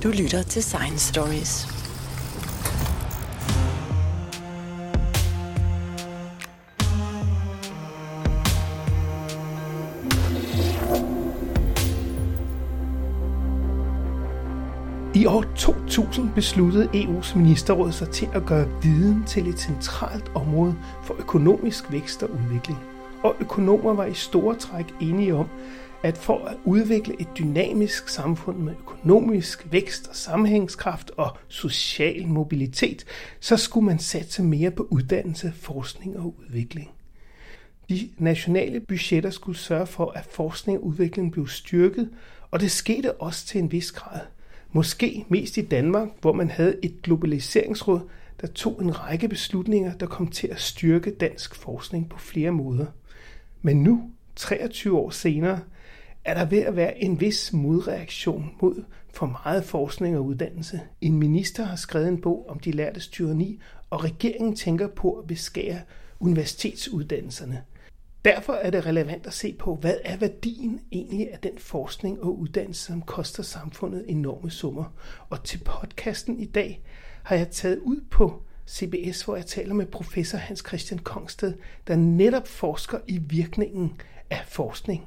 Du lytter til Science Stories. I år 2000 besluttede EU's ministerråd sig til at gøre viden til et centralt område for økonomisk vækst og udvikling. Og økonomer var i store træk enige om, at for at udvikle et dynamisk samfund med økonomisk vækst og sammenhængskraft og social mobilitet, så skulle man satse mere på uddannelse, forskning og udvikling. De nationale budgetter skulle sørge for, at forskning og udvikling blev styrket, og det skete også til en vis grad. Måske mest i Danmark, hvor man havde et globaliseringsråd, der tog en række beslutninger, der kom til at styrke dansk forskning på flere måder. Men nu, 23 år senere, er der ved at være en vis modreaktion mod for meget forskning og uddannelse. En minister har skrevet en bog om de lærtes tyranni, og regeringen tænker på at beskære universitetsuddannelserne. Derfor er det relevant at se på, hvad er værdien egentlig af den forskning og uddannelse, som koster samfundet enorme summer. Og til podcasten i dag har jeg taget ud på CBS, hvor jeg taler med professor Hans Christian Kongsted, der netop forsker i virkningen af forskning.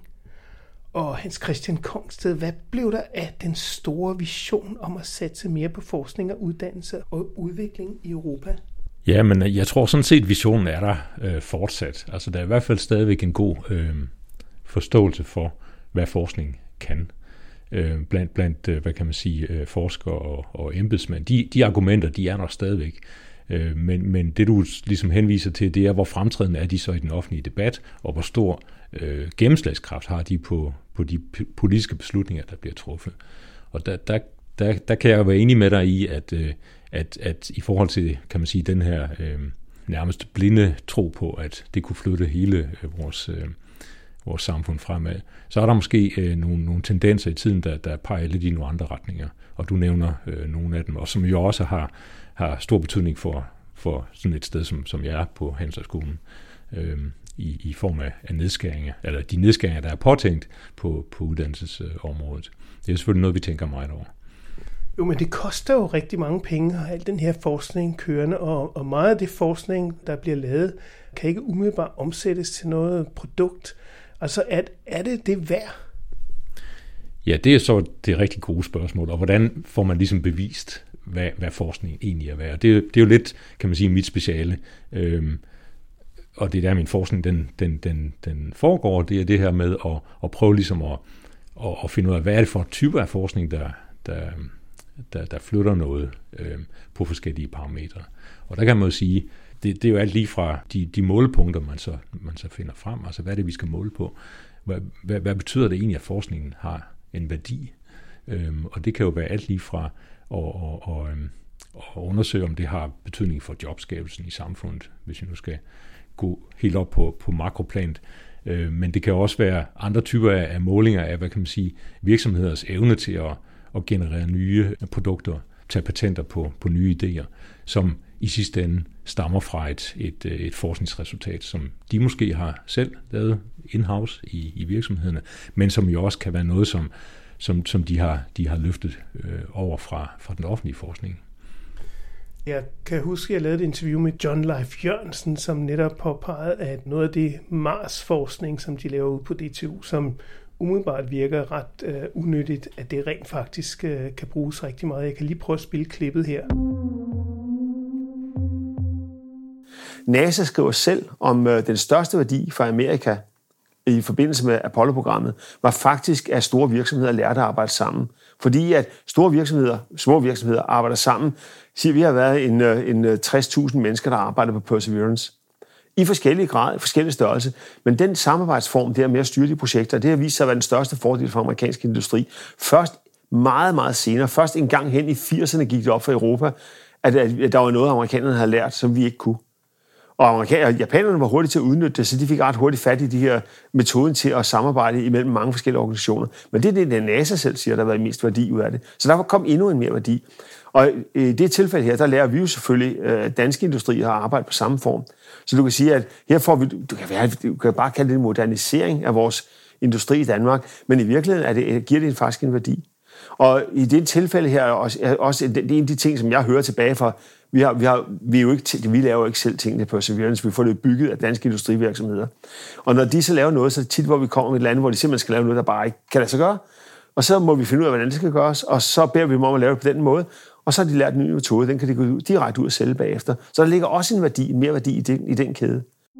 Og Hans Christian Kongsted, hvad blev der af den store vision om at satse mere på forskning og uddannelse og udvikling i Europa? Ja, men jeg tror sådan set, visionen er der fortsat. Altså der er i hvert fald stadigvæk en god forståelse for, hvad forskning kan. Blandt hvad kan man sige, forskere og embedsmænd. De argumenter, de er der stadigvæk. Men det du ligesom henviser til, det er, hvor fremtrædende er de så i den offentlige debat, og hvor stor gennemslagskraft har de på de politiske beslutninger, der bliver truffet. Og der kan jeg være enig med dig i, at i forhold til, kan man sige, den her nærmest blinde tro på, at det kunne flytte hele vores samfund fremad, så er der måske nogle tendenser i tiden, der peger lidt i nogle andre retninger. Og du nævner nogle af dem, og som jo også har stor betydning for sådan et sted, som jeg er på Handelshøjskolen, i form af nedskæringer, eller de nedskæringer, der er påtænkt på uddannelsesområdet. Det er selvfølgelig noget, vi tænker meget over. Jo, men det koster jo rigtig mange penge at have al den her forskning kørende, og meget af det forskning, der bliver lavet, kan ikke umiddelbart omsættes til noget produkt. Altså, er det værd? Ja, det er så det rigtig gode spørgsmål, og hvordan får man ligesom bevist, hvad forskning egentlig er værd? Det er jo lidt, kan man sige, mit speciale, og det er der min forskning, den foregår, det er det her med at prøve ligesom at finde ud af, hvad er det for typer af forskning, der flytter noget på forskellige parametre. Og der kan man jo sige, det er jo alt lige fra de målepunkter, man så finder frem, altså hvad er det, vi skal måle på? Hvad betyder det egentlig, at forskningen har en værdi? Og det kan jo være alt lige fra at undersøge, om det har betydning for jobskabelsen i samfundet, hvis vi nu skal gå helt op på makroplanet. Men det kan også være andre typer af målinger af, hvad kan man sige, virksomheders evne til at generere nye produkter, tage patenter på nye idéer, som i sidste ende stammer fra et forskningsresultat, som de måske har selv lavet in-house i virksomhederne, men som jo også kan være noget, som de har løftet over fra den offentlige forskning. Jeg kan huske, at jeg lavede et interview med John Leif Jørgensen, som netop påpegede, at noget af det Mars-forskning, som de laver ude på DTU, som umiddelbart virker ret unyttigt, at det rent faktisk kan bruges rigtig meget. Jeg kan lige prøve at spille klippet her. NASA skriver selv om den største værdi for Amerika i forbindelse med Apollo-programmet, var faktisk, at store virksomheder lærte at arbejde sammen. Fordi at store virksomheder, små virksomheder arbejder sammen, siger vi har været en 60.000 mennesker, der arbejder på Perseverance. I forskellige grad, forskellige størrelse. Men den samarbejdsform, det er med at styre de projekter, det har vist sig at være den største fordel for amerikansk industri. Først meget, meget senere, først en gang hen i 80'erne gik det op for Europa, at der var noget, amerikanerne havde lært, som vi ikke kunne. Og japanerne var hurtigt til at udnytte det, så de fik ret hurtigt fat i de her metoden til at samarbejde imellem mange forskellige organisationer. Men det er det, NASA selv siger, der har været mest værdi ud af det. Så der kom endnu en mere værdi. Og i det tilfælde her, der lærer vi jo selvfølgelig danske industrier at arbejde på samme form. Så du kan sige, at her får vi, du kan bare kalde det en modernisering af vores industri i Danmark, men i virkeligheden giver det faktisk en værdi. Og i det tilfælde her er også det er en af de ting, som jeg hører tilbage fra. Vi laver jo ikke selv tingene på Perseverance. Vi får det bygget af danske industrivirksomheder. Og når de så laver noget, så er det tit, hvor vi kommer med et land, hvor de simpelthen skal lave noget, der bare ikke kan lade sig gøre. Og så må vi finde ud af, hvordan det skal gøres, og så beder vi dem om at lave det på den måde. Og så har de lært en ny metode, den kan de gå direkte ud og sælge bagefter. Så der ligger også en mere værdi i den kæde.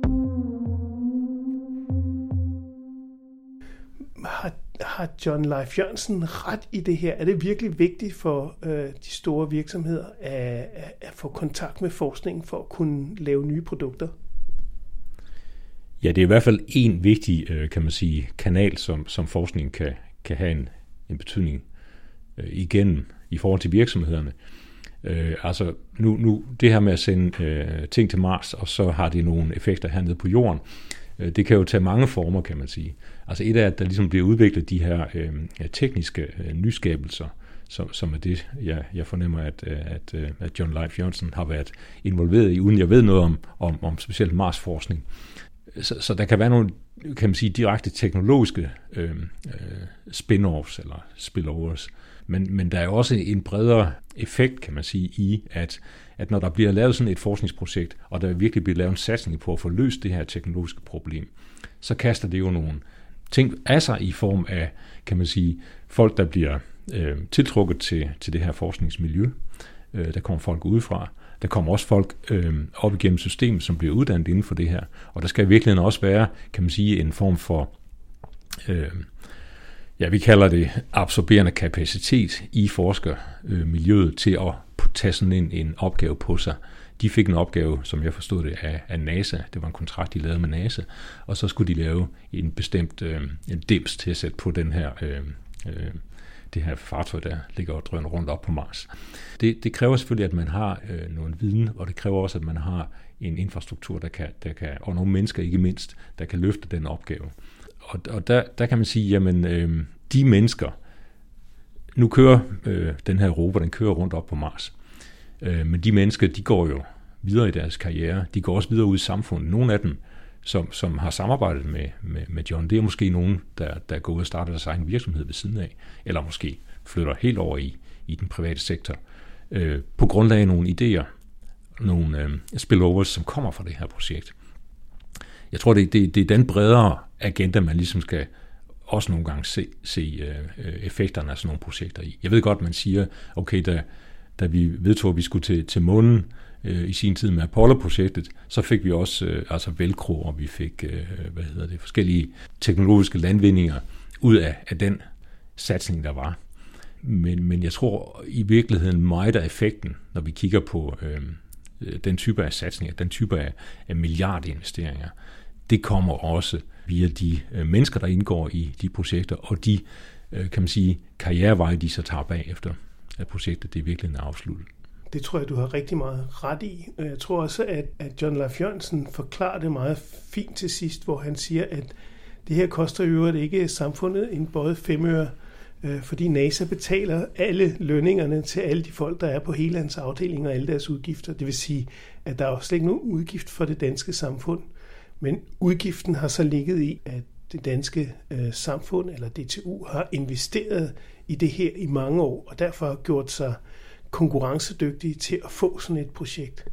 Har John Leif Jørgensen ret i det her? Er det virkelig vigtigt for de store virksomheder at få kontakt med forskningen for at kunne lave nye produkter? Ja, det er i hvert fald en vigtig, kan man sige, kanal, som forskningen kan have en betydning igennem i forhold til virksomhederne. Altså nu det her med at sende ting til Mars, og så har det nogle effekter hernede på jorden. Det kan jo tage mange former, kan man sige. Altså et af, at der ligesom bliver udviklet de her tekniske nyskabelser, som er det, jeg fornemmer, at John Leif Jørgensen har været involveret i, uden jeg ved noget om specielt Mars-forskning. Så der kan være nogle, kan man sige, direkte teknologiske spin-offs eller spillovers. Men der er også en bredere effekt, kan man sige, i, at når der bliver lavet sådan et forskningsprojekt, og der virkelig bliver lavet en satsning på at få løst det her teknologiske problem, så kaster det jo nogle ting af sig i form af, kan man sige, folk, der bliver tiltrukket til det her forskningsmiljø. Der kommer folk udefra. Der kommer også folk op igennem systemet, som bliver uddannet inden for det her. Og der skal i virkeligheden også være, kan man sige, en form for, vi kalder det absorberende kapacitet i forskermiljøet til at tage sådan en opgave på sig. De fik en opgave, som jeg forstod det, af NASA. Det var en kontrakt, de lavede med NASA. Og så skulle de lave en bestemt en dims til at sætte på den her det her fartøj, der ligger og drøner rundt op på Mars. Det kræver selvfølgelig, at man har noget viden, og det kræver også, at man har en infrastruktur, der kan, og nogle mennesker ikke mindst, der kan løfte den opgave. Og der kan man sige, jamen de mennesker, nu kører den her rover, den kører rundt op på Mars, men de mennesker, de går jo videre i deres karriere, de går også videre ud i samfundet. Nogle af dem, som har samarbejdet med John, det er måske nogen, der går ud og starter deres egen virksomhed ved siden af, eller måske flytter helt over i den private sektor, på grundlag af nogle idéer, nogle spillovers, som kommer fra det her projekt. Jeg tror, det er den bredere agenda, man ligesom skal også nogle gange se effekterne af sådan nogle projekter i. Jeg ved godt, man siger, okay, da vi vedtog, at vi skulle til månen i sin tid med Apollo-projektet, så fik vi også velcro, og vi fik forskellige teknologiske landvindinger ud af den satsning, der var. Men jeg tror i virkeligheden meget af effekten, når vi kigger på den type af satsninger, den type af milliardinvesteringer, det kommer også via de mennesker, der indgår i de projekter, og de, kan man sige, karriereveje, de så tager bagefter, at projektet det virkelig er afsluttet. Det tror jeg, du har rigtig meget ret i. Jeg tror også, at John Leif Jørgensen forklarer det meget fint til sidst, hvor han siger, at det her koster jo ikke samfundet en både 5 øre, fordi NASA betaler alle lønningerne til alle de folk, der er på hele hans afdeling og alle deres udgifter. Det vil sige, at der er jo slet ikke nogen udgift for det danske samfund. Men udgiften har så ligget i, at det danske samfund, eller DTU, har investeret i det her i mange år, og derfor har gjort sig konkurrencedygtige til at få sådan et projekt.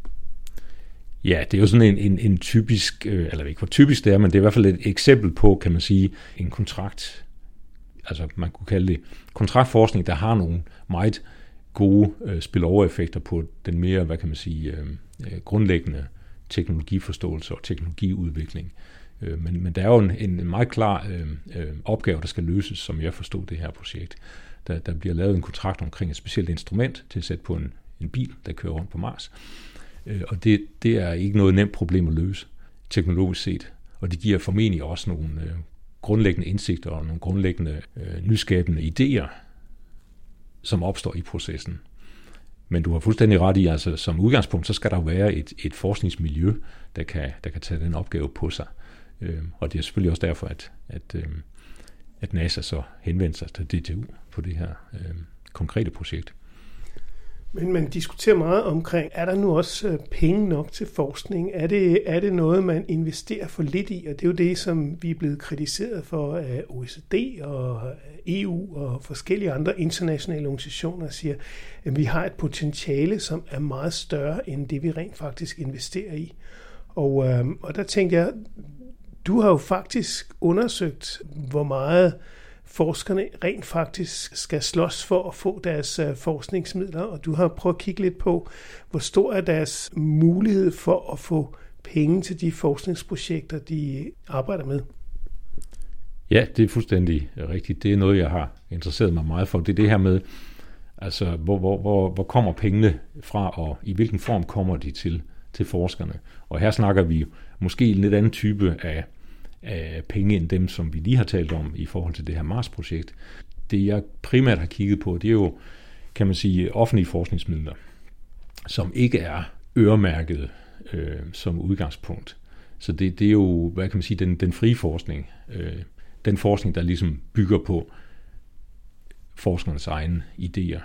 Ja, det er jo sådan en typisk, eller ikke hvor typisk det er, men det er i hvert fald et eksempel på, kan man sige, en kontrakt, altså man kunne kalde det kontraktforskning, der har nogle meget gode spillover-effekter på den mere, hvad kan man sige, grundlæggende teknologiforståelse og teknologiudvikling. Men der er jo en meget klar opgave, der skal løses, som jeg forstod det her projekt. Der bliver lavet en kontrakt omkring et specielt instrument til at sætte på en bil, der kører rundt på Mars. Og det er ikke noget nemt problem at løse, teknologisk set. Og det giver formentlig også nogle grundlæggende indsigter og nogle grundlæggende nyskabende idéer, som opstår i processen. Men du har fuldstændig ret i, altså som udgangspunkt, så skal der jo være et forskningsmiljø, der kan tage den opgave på sig. Og det er selvfølgelig også derfor, at NASA så henvender sig til DTU på det her konkrete projekt. Men man diskuterer meget omkring, er der nu også penge nok til forskning? Er det noget, man investerer for lidt i? Og det er jo det, som vi er blevet kritiseret for af OECD og EU og forskellige andre internationale organisationer, der siger, at vi har et potentiale, som er meget større end det, vi rent faktisk investerer i. Og der tænkte jeg, du har jo faktisk undersøgt, hvor meget forskerne rent faktisk skal slås for at få deres forskningsmidler, og du har prøvet at kigge lidt på, hvor stor er deres mulighed for at få penge til de forskningsprojekter, de arbejder med. Ja, det er fuldstændig rigtigt. Det er noget, jeg har interesseret mig meget for. Det er det her med, altså, hvor kommer pengene fra, og i hvilken form kommer de til forskerne. Og her snakker vi måske en lidt anden type af penge end dem, som vi lige har talt om i forhold til det her Mars-projekt. Det, jeg primært har kigget på, det er jo, kan man sige, offentlige forskningsmidler, som ikke er øremærket som udgangspunkt. Så det er jo, hvad kan man sige, den frie forskning. Den forskning, der ligesom bygger på forskernes egne idéer.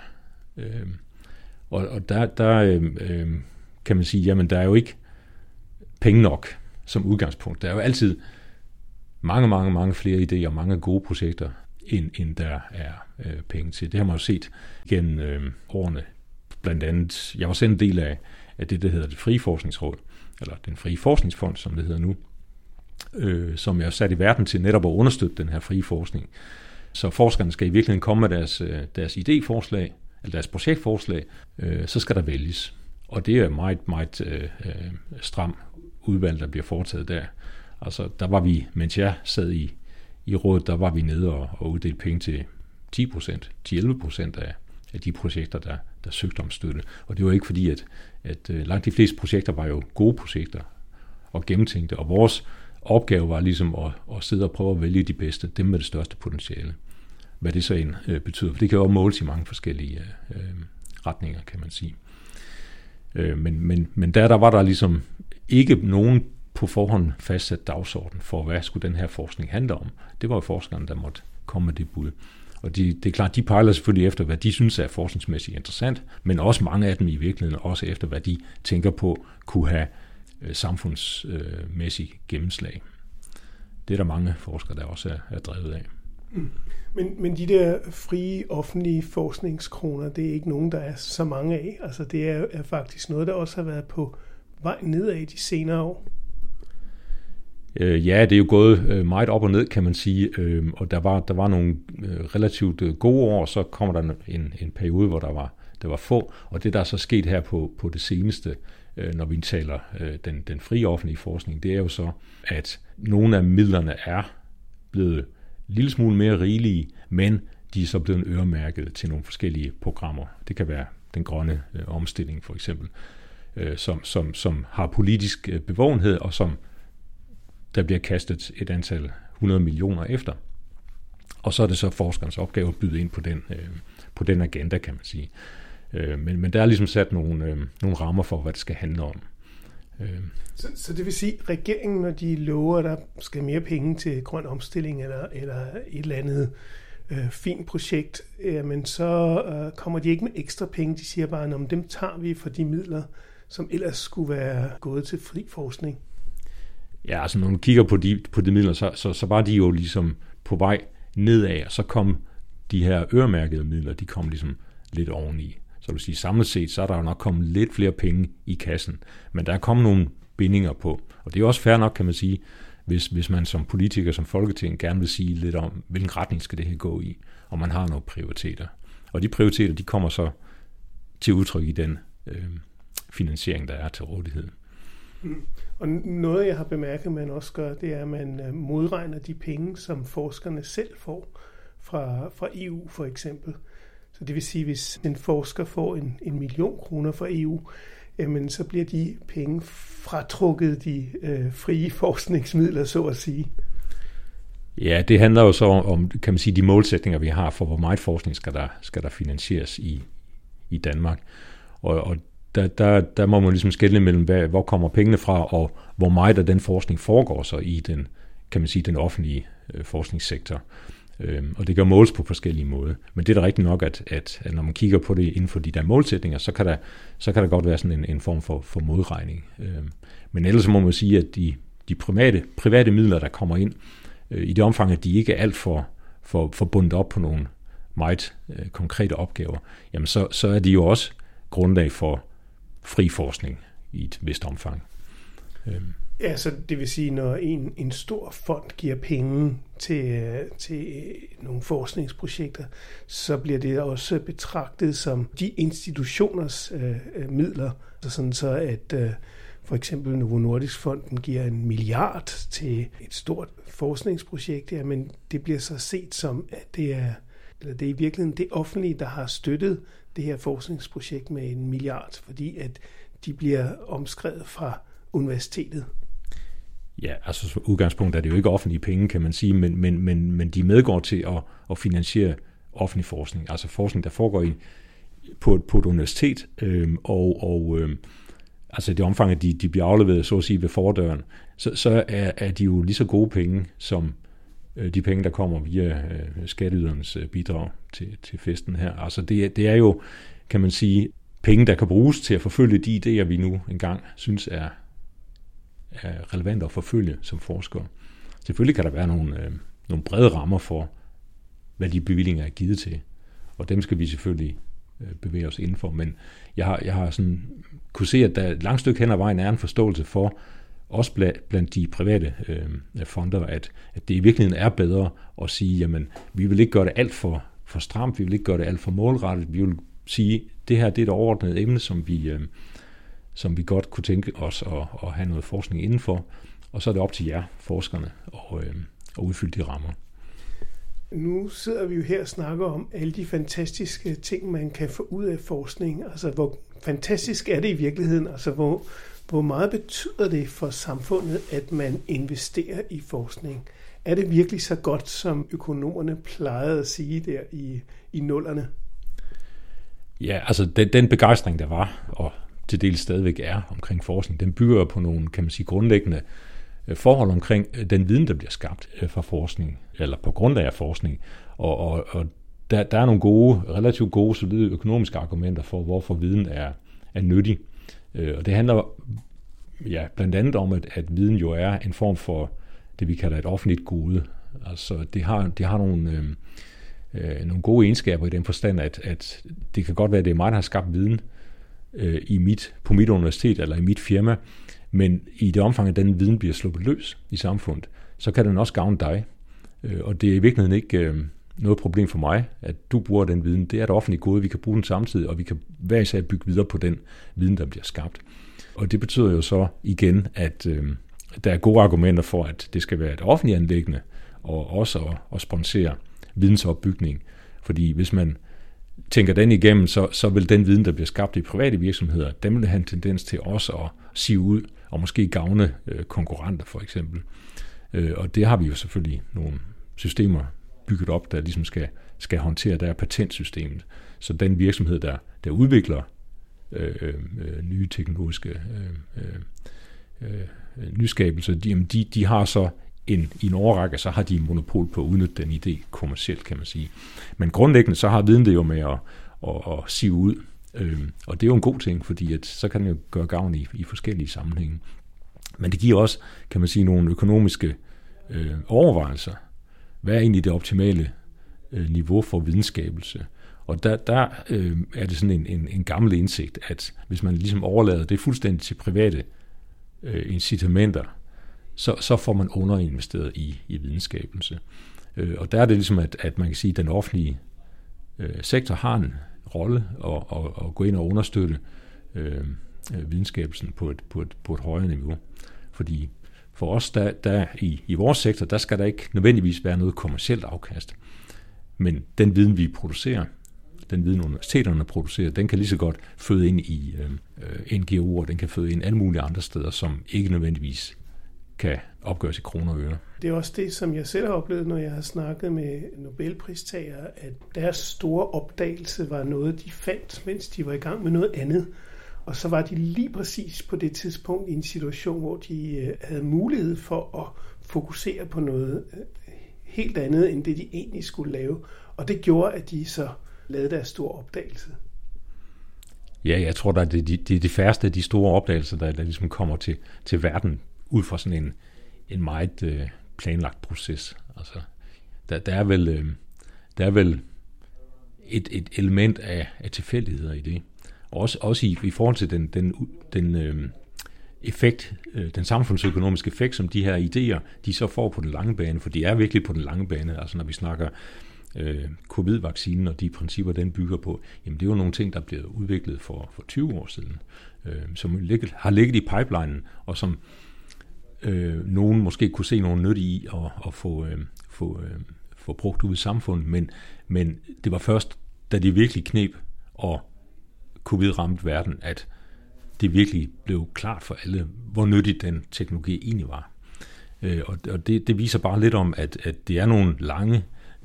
Og der kan man sige, jamen der er jo ikke penge nok som udgangspunkt. Der er jo altid mange flere idéer og mange gode projekter, end der er penge til. Det har man jo set gennem årene. Blandt andet, jeg var selv en del af det, der hedder det Frie Forskningsråd, eller den Frie Forskningsfond, som det hedder nu, som er sat i verden til netop at understøtte den her frie forskning. Så forskerne skal i virkeligheden komme med deres idéforslag, eller deres projektforslag, så skal der vælges. Og det er meget stram udvalg, der bliver foretaget der. Altså, der var vi, mens jeg sad i rådet, der var vi nede og uddelte penge til 10-11% af de projekter, der søgte om støtte. Og det var ikke fordi, at langt de fleste projekter var jo gode projekter og gennemtænkte, og vores opgave var ligesom at sidde og prøve at vælge de bedste, dem med det største potentiale. Hvad det så end betyder, for det kan jo måles i mange forskellige retninger, kan man sige. Men der var der ligesom ikke nogen på forhånd fastsat dagsorden for, hvad skulle den her forskning handle om. Det var jo forskerne, der måtte komme med det bud. Og det er klart, de pejler selvfølgelig efter, hvad de synes er forskningsmæssigt interessant, men også mange af dem i virkeligheden også efter, hvad de tænker på kunne have samfundsmæssigt gennemslag. Det er der mange forskere, der også er drevet af. Men de der frie offentlige forskningskroner, det er ikke nogen, der er så mange af. Altså det er faktisk noget, der også har været på vej nedad de senere år. Ja, det er jo gået meget op og ned, kan man sige, og der var nogle relativt gode år, så kommer der en periode, hvor der var få, og det der er så sket her på det seneste, når vi taler den frie offentlige forskning, det er jo så, at nogle af midlerne er blevet en lille smule mere rigelige, men de er så blevet øremærket til nogle forskellige programmer. Det kan være den grønne omstilling for eksempel, som har politisk bevågenhed, og som der bliver kastet et antal 100 millioner efter. Og så er det så forskerens opgave at byde ind på den agenda, kan man sige. Men der er ligesom sat nogle rammer for, hvad det skal handle om. Så det vil sige, at regeringen, når de lover, at der skal mere penge til grøn omstilling eller et eller andet fint projekt, men så kommer de ikke med ekstra penge. De siger bare, at dem tager vi for de midler, som ellers skulle være gået til fri forskning. Ja, altså når man kigger på de midler, så var de jo ligesom på vej nedad, og så kom de her øremærkede midler, de kom ligesom lidt oveni. Så vil sige, samlet set, så er der jo nok kommet lidt flere penge i kassen, men der er kommet nogle bindinger på. Og det er også fair nok, kan man sige, hvis man som politiker, som Folketing, gerne vil sige lidt om, hvilken retning skal det her gå i, og man har nogle prioriteter. Og de prioriteter, de kommer så til udtryk i den finansiering, der er til rådighed. Og noget, jeg har bemærket, man også gør, det er, at man modregner de penge, som forskerne selv får fra EU for eksempel. Så det vil sige, hvis en forsker får 1 million kroner fra EU, jamen så bliver de penge fratrukket de frie forskningsmidler, så at sige. Ja, det handler jo så om, kan man sige, de målsætninger, vi har for, hvor meget forskning skal der finansieres i Danmark. Og der må man ligesom skelne mellem, hvor kommer pengene fra, og hvor meget af den forskning foregår så i den, kan man sige, den offentlige forskningssektor. Og det kan måles på forskellige måder. Men det er da rigtigt nok, at når man kigger på det inden for de der målsætninger, så kan der godt være sådan en form for modregning. Men ellers må man sige, at de private midler, der kommer ind, i det omfang, at de ikke er alt for bundet op på nogle meget konkrete opgaver, jamen så er de jo også grundlag for fri forskning i et vist omfang. Ja, så det vil sige, når en stor fond giver penge til nogle forskningsprojekter, så bliver det også betragtet som de institutioners midler, sådan så at for eksempel Novo Nordisk Fonden giver 1 milliard til et stort forskningsprojekt, ja, men det bliver så set som, at det er i virkeligheden det offentlige, der har støttet det her forskningsprojekt med 1 milliard, fordi at de bliver omskrevet fra universitetet. Ja, altså som udgangspunkt er det jo ikke offentlige penge, kan man sige, men de medgår til at finansiere offentlig forskning, altså forskning, der foregår på et universitet, altså i det omfang, at de bliver afleveret, så at sige, ved fordøren, så er de jo lige så gode penge, som de penge, der kommer via skatteydernes bidrag til festen her. Altså det er jo, kan man sige, penge, der kan bruges til at forfølge de idéer, vi nu engang synes er relevant at forfølge som forskere. Selvfølgelig kan der være nogle brede rammer for, hvad de bevillinger er givet til, og dem skal vi selvfølgelig bevæge os indenfor, men jeg har sådan kunne se, at der et langt stykke hen ad vejen er en forståelse for, også blandt de private fonder, at det i virkeligheden er bedre at sige, jamen, vi vil ikke gøre det alt for stramt, vi vil ikke gøre det alt for målrettet, vi vil sige, det her det er et overordnet emne, som vi godt kunne tænke os at have noget forskning indenfor, og så er det op til jer, forskerne, at udfylde de rammer. Nu sidder vi jo her og snakker om alle de fantastiske ting, man kan få ud af forskning. Altså, hvor fantastisk er det i virkeligheden? Altså, hvor meget betyder det for samfundet, at man investerer i forskning? Er det virkelig så godt, som økonomerne plejede at sige der i nullerne? Ja, altså den begejstring, der var, og til dels stadigvæk er omkring forskning, den bygger på nogle, kan man sige, grundlæggende forhold omkring den viden, der bliver skabt fra forskning, eller på grundlag af forskning. Og der er nogle relativt gode, solide økonomiske argumenter for, hvorfor viden er nyttig. Og det handler blandt andet om, at viden jo er en form for det, vi kalder et offentligt gode. Altså det har nogle gode egenskaber i den forstand, at det kan godt være, at det er mig, der har skabt viden på mit universitet eller i mit firma, men i det omfang, at den viden bliver sluppet løs i samfundet, så kan den også gavne dig. Og det er i virkeligheden ikke noget problem for mig, at du bruger den viden. Det er et offentligt gode, vi kan bruge den samtidig, og vi kan hver især bygge videre på den viden, der bliver skabt. Og det betyder jo så igen, at der er gode argumenter for, at det skal være et offentligt anliggende, og også at sponsere vidensopbygning. Fordi hvis man tænker den igennem, så vil den viden, der bliver skabt i private virksomheder, den vil have en tendens til også at sive ud, og måske gavne konkurrenter for eksempel. Og det har vi jo selvfølgelig nogle systemer bygget op, der ligesom skal håndtere, der er patentsystemet. Så den virksomhed, der udvikler nye teknologiske nyskabelser, de har så i en årrække, så har de monopol på at udnytte den idé kommercielt, kan man sige. Men grundlæggende, så har viden det jo med at sive ud. Og det er jo en god ting, fordi så kan det jo gøre gavn i forskellige sammenhænge. Men det giver også, kan man sige, nogle økonomiske overvejelser. Hvad er egentlig det optimale niveau for videnskabelse? Og der er det sådan en gammel indsigt, at hvis man ligesom overlader det fuldstændig til private incitamenter, så får man underinvesteret i videnskabelse. Og der er det ligesom, at man kan sige, at den offentlige sektor har en rolle at gå ind og understøtte videnskabelsen på et højere niveau. Fordi for os, der i vores sektor, der skal der ikke nødvendigvis være noget kommercielt afkast. Men den viden, vi producerer, den viden, universiteterne producerer, den kan lige så godt føde ind i NGO'er, den kan føde ind alle mulige andre steder, som ikke nødvendigvis kan opgøres i kroner og øre. Det er også det, som jeg selv har oplevet, når jeg har snakket med Nobelpristagere, at deres store opdagelse var noget, de fandt, mens de var i gang med noget andet. Og så var de lige præcis på det tidspunkt i en situation, hvor de havde mulighed for at fokusere på noget helt andet, end det de egentlig skulle lave. Og det gjorde, at de så lavede deres store opdagelse. Ja, jeg tror, at det er de færreste af de store opdagelser, der ligesom kommer til verden ud fra sådan en meget planlagt proces. Altså, der er vel et element af tilfældigheder i det. Også i forhold til den effekt, den samfundsøkonomiske effekt, som de her idéer, de så får på den lange bane, for de er virkelig på den lange bane. Altså når vi snakker covid-vaccinen og de principper, den bygger på, jamen det er jo nogle ting, der blev udviklet for 20 år siden, som har ligget i pipelinen, og som nogen måske kunne se nogen nytte i at få brugt ud i samfundet, men det var først, da det virkelig kneb, og covid ramte verden, at det virkelig blev klart for alle, hvor nyttig den teknologi egentlig var. Og det viser bare lidt om, at det er nogle lange,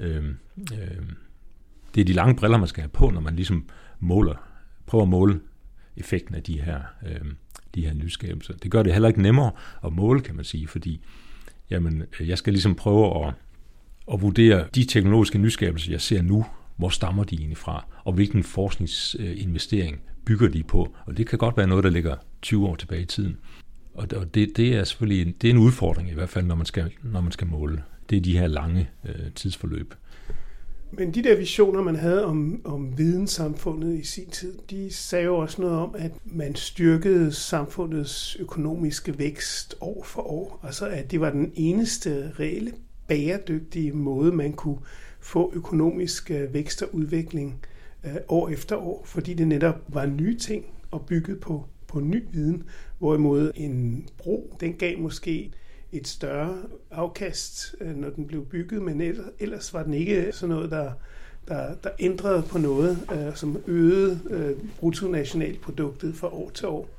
det er de lange briller, man skal have på, når man ligesom prøver at måle effekten af de her nyskabelser. Det gør det heller ikke nemmere at måle, kan man sige, fordi jamen, jeg skal ligesom prøve at vurdere de teknologiske nyskabelser, jeg ser nu, hvor stammer de egentlig fra, og hvilken forskningsinvestering bygger de på. Og det kan godt være noget, der ligger 20 år tilbage i tiden. Og det er selvfølgelig en udfordring, i hvert fald, når man skal måle. Det er de her lange tidsforløb. Men de der visioner, man havde om videnssamfundet i sin tid, de sagde jo også noget om, at man styrkede samfundets økonomiske vækst år for år. Altså at det var den eneste reelle bæredygtige måde, man kunne få økonomisk vækst og udvikling år efter år, fordi det netop var nye ting og bygget på ny viden, hvorimod en bro, den gav måske et større afkast, når den blev bygget, men ellers var den ikke sådan noget, der ændrede på noget, som øgede bruttonationalproduktet fra år til år.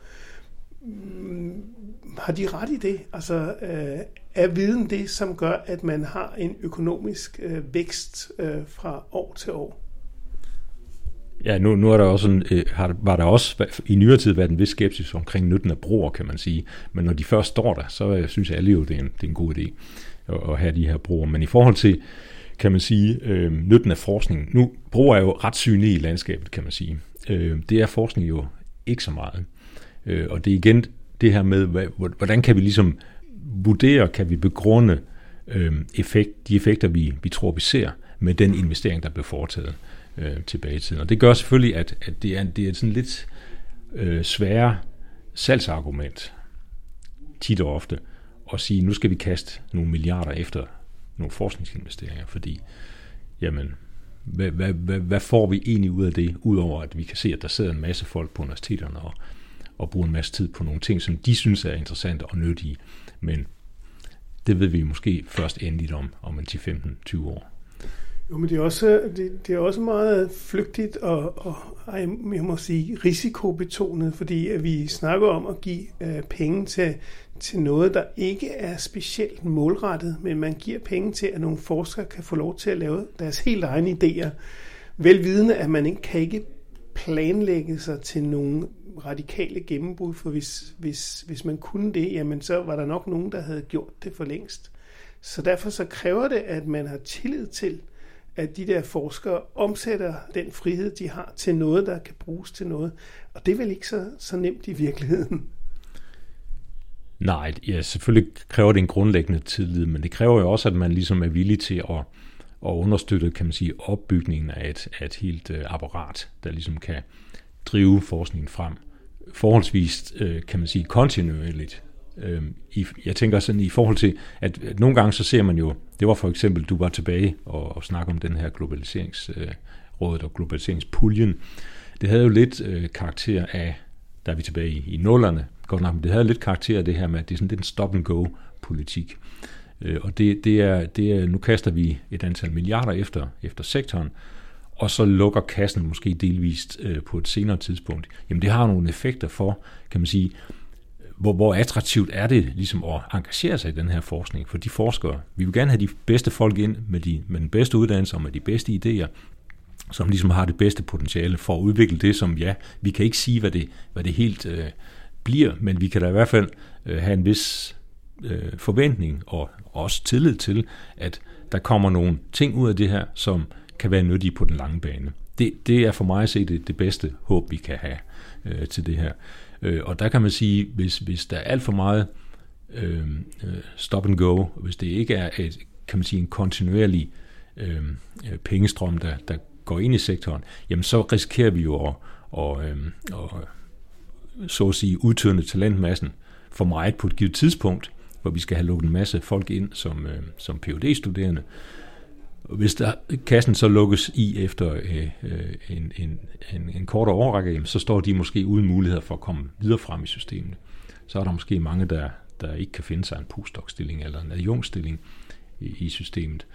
Har de ret i det? Altså, er viden det, som gør, at man har en økonomisk vækst fra år til år? Ja, nu er der også var der også i nyere tid været en vis skepsis omkring nytten af broer, kan man sige. Men når de først står der, så synes alle jo, det er en god idé at have de her broer. Men i forhold til, kan man sige, nytten af forskning. Nu, broer er jo ret synlige i landskabet, kan man sige. Det er forskning jo ikke så meget. Og det er igen det her med, hvordan kan vi ligesom vurdere, kan vi begrunde de effekter, vi tror, vi ser med den investering, der blev foretaget tilbage i tiden. Og det gør selvfølgelig, at det er sådan lidt sværere salgsargument, tit og ofte, at sige, nu skal vi kaste nogle milliarder efter nogle forskningsinvesteringer, fordi, jamen, hvad får vi egentlig ud af det, udover at vi kan se, at der sidder en masse folk på universiteterne og bruger en masse tid på nogle ting, som de synes er interessante og nyttige, men det ved vi måske først endeligt om en 10-15-20 år. Jo, men det er også meget flygtigt og jeg må sige risikobetonet, fordi vi snakker om at give penge til noget, der ikke er specielt målrettet, men man giver penge til, at nogle forskere kan få lov til at lave deres helt egne idéer. Velvidende, at man kan ikke planlægge sig til nogle radikale gennembrud, for hvis man kunne det, jamen så var der nok nogen, der havde gjort det for længst. Så derfor så kræver det, at man har tillid til, at de der forskere omsætter den frihed, de har, til noget, der kan bruges til noget. Og det er vel ikke så nemt i virkeligheden? Nej, ja, selvfølgelig kræver det en grundlæggende tillid, men det kræver jo også, at man ligesom er villig til at understøtte, kan man sige, opbygningen af et helt apparat, der ligesom kan drive forskningen frem. Forholdsvis, kan man sige, kontinuerligt. Jeg tænker sådan i forhold til, at nogle gange så ser man jo, det var for eksempel, du var tilbage og snakke om den her globaliseringsrådet og globaliseringspuljen. Det havde jo lidt karakter af, der er vi tilbage i nullerne, godt nok, men det havde lidt karakter af det her med, at det er sådan lidt en stop-and-go-politik. Og det er, nu kaster vi et antal milliarder efter sektoren, og så lukker kassen måske delvist på et senere tidspunkt. Jamen det har nogle effekter for, kan man sige, hvor attraktivt er det ligesom at engagere sig i den her forskning? For de forskere, vi vil gerne have de bedste folk ind med den bedste uddannelse og med de bedste idéer, som ligesom har det bedste potentiale for at udvikle det, som vi kan ikke sige, hvad det helt bliver, men vi kan da i hvert fald have en vis forventning og også tillid til, at der kommer nogle ting ud af det her, som kan være nyttige på den lange bane. Det er for mig at se det bedste håb, vi kan have til det her. Og der kan man sige, hvis der er alt for meget stop and go, hvis det ikke er en kontinuerlig pengestrøm, der går ind i sektoren, jamen så risikerer vi jo at så at sige udtørne talentmassen for meget på et givet tidspunkt, hvor vi skal have lukket en masse folk ind som PhD-studerende. Hvis kassen så lukkes i efter en kortere årrække, jamen, så står de måske uden muligheder for at komme videre frem i systemet. Så er der måske mange, der ikke kan finde sig en postdoc-stilling eller en adjunkt-stilling i systemet.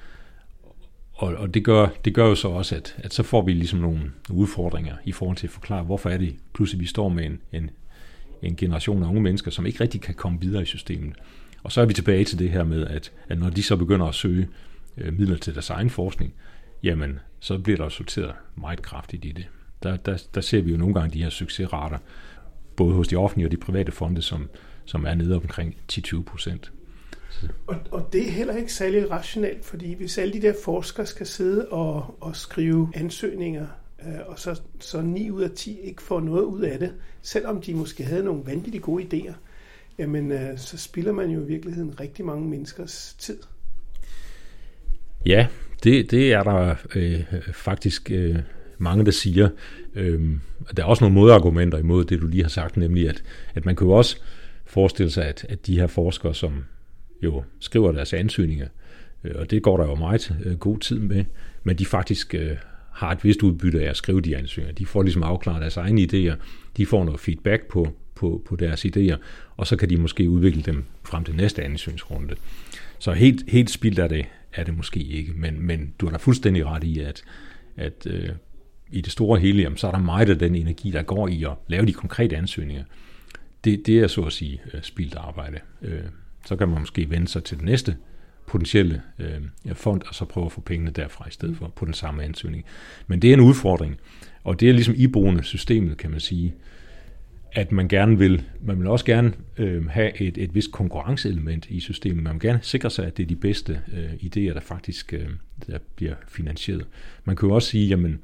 Og det gør jo så også, at så får vi ligesom nogle udfordringer i forhold til at forklare, hvorfor er det pludselig, vi står med en generation af unge mennesker, som ikke rigtig kan komme videre i systemet. Og så er vi tilbage til det her med, at når de så begynder at søge midler til deres egen forskning, jamen så bliver der sorteret meget kraftigt i det. Der ser vi jo nogle gange de her succesrater, både hos de offentlige og de private fonde, som er nede omkring 10-20%. Og det er heller ikke særlig rationelt, fordi hvis alle de der forskere skal sidde og skrive ansøgninger, og så 9 ud af 10 ikke får noget ud af det, selvom de måske havde nogle vanvittigt gode idéer, jamen så spilder man jo i virkeligheden rigtig mange menneskers tid. Ja, det er der faktisk mange, der siger. Der er også nogle modargumenter imod det, du lige har sagt, nemlig at man kan jo også forestille sig, at de her forskere, som jo skriver deres ansøgninger, og det går der jo meget god tid med, men de faktisk har et vist udbytte af at skrive de ansøgninger. De får ligesom afklaret deres egne idéer, de får noget feedback på deres idéer, og så kan de måske udvikle dem frem til næste ansøgningsrunde. Så helt spildt er det måske ikke, men du har da fuldstændig ret i, at i det store hele, jamen, så er der meget af den energi, der går i at lave de konkrete ansøgninger. Det er så at sige spildt arbejde. Så kan man måske vende sig til den næste potentielle fond, og så prøve at få pengene derfra i stedet for på den samme ansøgning. Men det er en udfordring, og det er ligesom iboende systemet, kan man sige, at man vil også gerne have et vist konkurrenceelement i systemet. Man vil gerne sikre sig, at det er de bedste idéer, der faktisk der bliver finansieret. Man kan jo også sige, jamen,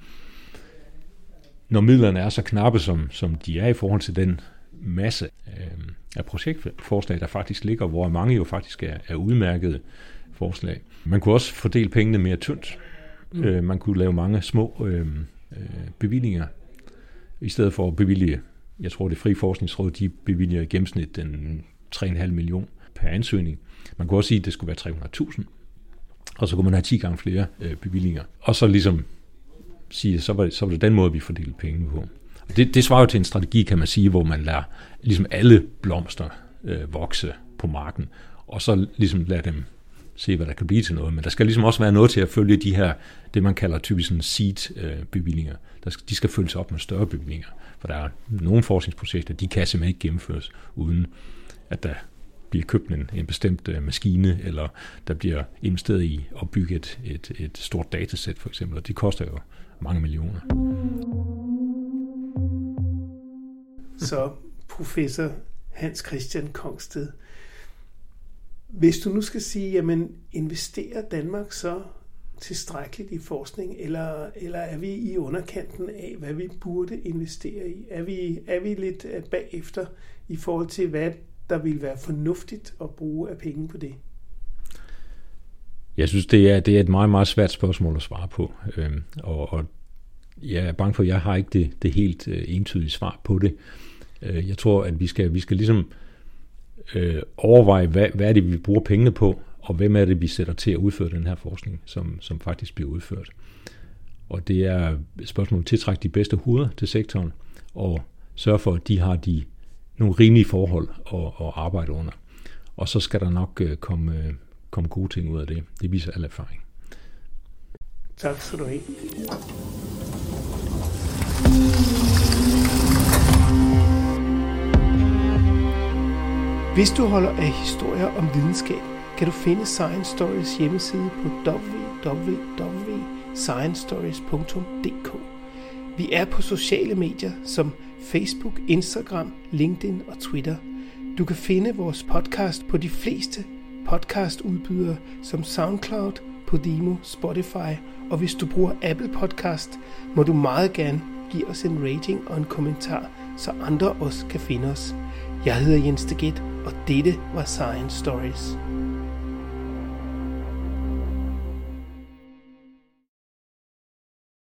når midlerne er så knappe, som de er i forhold til den masse af projektforslag, der faktisk ligger, hvor mange jo faktisk er udmærkede forslag. Man kunne også fordele pengene mere tyndt. Man kunne lave mange små bevillinger, i stedet for at bevilge, jeg tror det Frie Forskningsråd, de bevilger i gennemsnit 3,5 millioner per ansøgning. Man kunne også sige, at det skulle være 300.000, og så kunne man have 10 gange flere bevillinger. Og så ligesom sige, så var det den måde, vi fordelte penge på. Det svarer jo til en strategi, kan man sige, hvor man lader ligesom alle blomster vokse på marken, og så ligesom lader dem se, hvad der kan blive til noget. Men der skal ligesom også være noget til at følge de her, det man kalder typisk seed-bevillinger. De skal følges op med større bevillinger, for der er nogle forskningsprojekter, de kan simpelthen ikke gennemføres, uden at der bliver købt en bestemt maskine, eller der bliver investeret i at bygge et stort datasæt, for eksempel, og det koster jo mange millioner. Så professor Hans Christian Kongsted, hvis du nu skal sige, jamen investerer Danmark så tilstrækkeligt i forskning, eller er vi i underkanten af, hvad vi burde investere i? Er vi lidt bagefter i forhold til, hvad der ville være fornuftigt at bruge af penge på det? Jeg synes, det er et meget, meget svært spørgsmål at svare på. Og jeg er bange for, at jeg har ikke det helt entydige svar på det. Jeg tror, at vi skal ligesom overveje, hvad er det, vi bruger pengene på, og hvem er det, vi sætter til at udføre den her forskning, som faktisk bliver udført. Og det er et spørgsmål at tiltrække de bedste hoveder til sektoren, og sørge for, at de har nogle rimelige forhold at arbejde under. Og så skal der nok komme gode ting ud af det. Det viser al erfaring. Tak skal du have. Hvis du holder af historier om videnskab, kan du finde Science Stories hjemmeside på www.sciencestories.dk. Vi er på sociale medier som Facebook, Instagram, LinkedIn og Twitter. Du kan finde vores podcast på de fleste podcastudbydere som SoundCloud, Podimo, Spotify, og hvis du bruger Apple Podcast, må du meget gerne give os en rating og en kommentar, så andre også kan finde os. Jeg hedder Jens Deget, og dette var Science Stories.